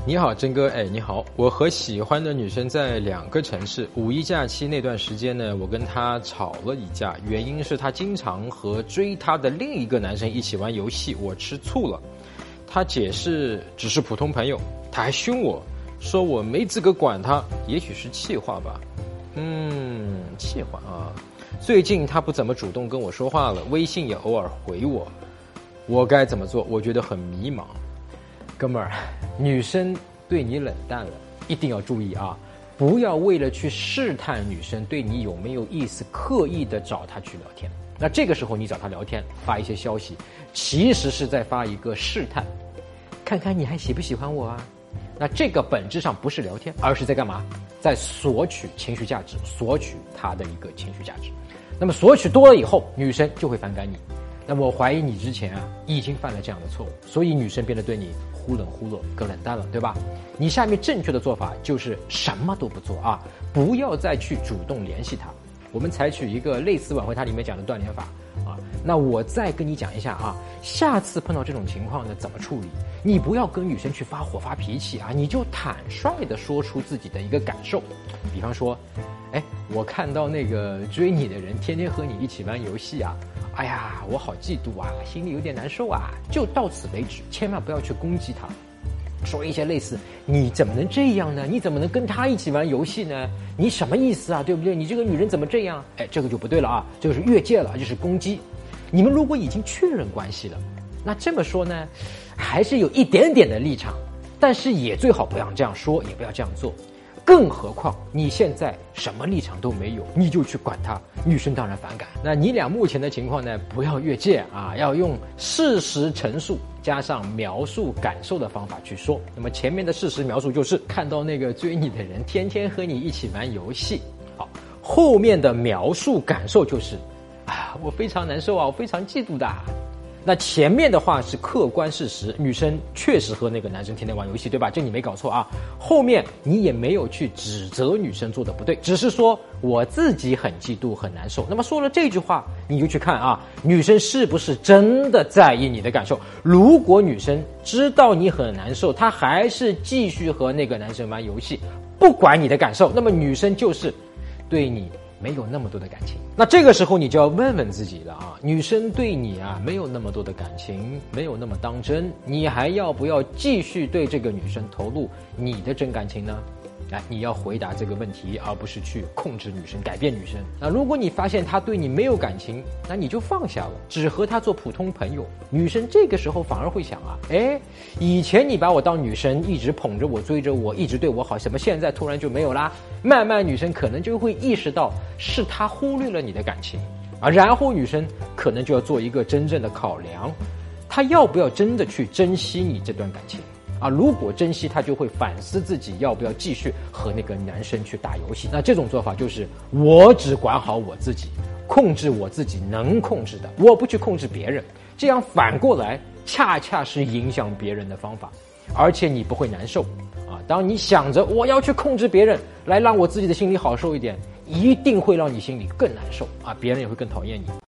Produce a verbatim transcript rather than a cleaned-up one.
你好，真哥，哎，你好，我和喜欢的女生在两个城市。五一假期那段时间呢，我跟她吵了一架，原因是她经常和追她的另一个男生一起玩游戏，我吃醋了。她解释只是普通朋友，她还凶我说我没资格管她，也许是气话吧。嗯，气话啊。最近她不怎么主动跟我说话了，微信也偶尔回我，我该怎么做？我觉得很迷茫。哥们儿，女生对你冷淡了，一定要注意啊！不要为了去试探女生对你有没有意思，刻意的找她去聊天。那这个时候你找她聊天，发一些消息，其实是在发一个试探，看看你还喜不喜欢我啊？那这个本质上不是聊天，而是在干嘛？在索取情绪价值，索取她的一个情绪价值。那么索取多了以后，女生就会反感你。那么我怀疑你之前啊已经犯了这样的错误，所以女生变得对你忽冷忽热，更冷淡了，对吧？你下面正确的做法就是什么都不做啊，不要再去主动联系她。我们采取一个类似挽回她里面讲的断联法啊。那我再跟你讲一下啊，下次碰到这种情况呢怎么处理？你不要跟女生去发火发脾气啊，你就坦率的说出自己的一个感受。比方说，哎，我看到那个追你的人天天和你一起玩游戏啊，哎呀，我好嫉妒啊，心里有点难受啊，就到此为止，千万不要去攻击他，说一些类似你怎么能这样呢？你怎么能跟他一起玩游戏呢？你什么意思啊？对不对？你这个女人怎么这样？哎，这个就不对了啊，这个是越界了，就是攻击。你们如果已经确认关系了，那这么说呢，还是有一点点的立场，但是也最好不要这样说，也不要这样做。更何况你现在什么立场都没有，你就去管他，女生当然反感。那你俩目前的情况呢，不要越界啊，要用事实陈述加上描述感受的方法去说。那么前面的事实描述就是看到那个追你的人天天和你一起玩游戏，好，后面的描述感受就是啊，我非常难受啊，我非常嫉妒的。那前面的话是客观事实，女生确实和那个男生天天玩游戏，对吧？这你没搞错啊。后面你也没有去指责女生做的不对，只是说我自己很嫉妒很难受。那么说了这句话，你就去看啊，女生是不是真的在意你的感受？如果女生知道你很难受，她还是继续和那个男生玩游戏，不管你的感受，那么女生就是对你没有那么多的感情。那这个时候你就要问问自己了啊，女生对你啊没有那么多的感情，没有那么当真，你还要不要继续对这个女生投入你的真感情呢？来，你要回答这个问题，而不是去控制女生，改变女生。那如果你发现她对你没有感情，那你就放下了，只和她做普通朋友。女生这个时候反而会想啊，哎，以前你把我当女生，一直捧着我，追着我，一直对我好，什么现在突然就没有啦？慢慢女生可能就会意识到是她忽略了你的感情，啊，然后女生可能就要做一个真正的考量，她要不要真的去珍惜你这段感情。啊，如果珍惜，他就会反思自己要不要继续和那个男生去打游戏。那这种做法就是我只管好我自己，控制我自己能控制的，我不去控制别人。这样反过来恰恰是影响别人的方法，而且你不会难受啊。当你想着我要去控制别人来让我自己的心里好受一点，一定会让你心里更难受啊，别人也会更讨厌你。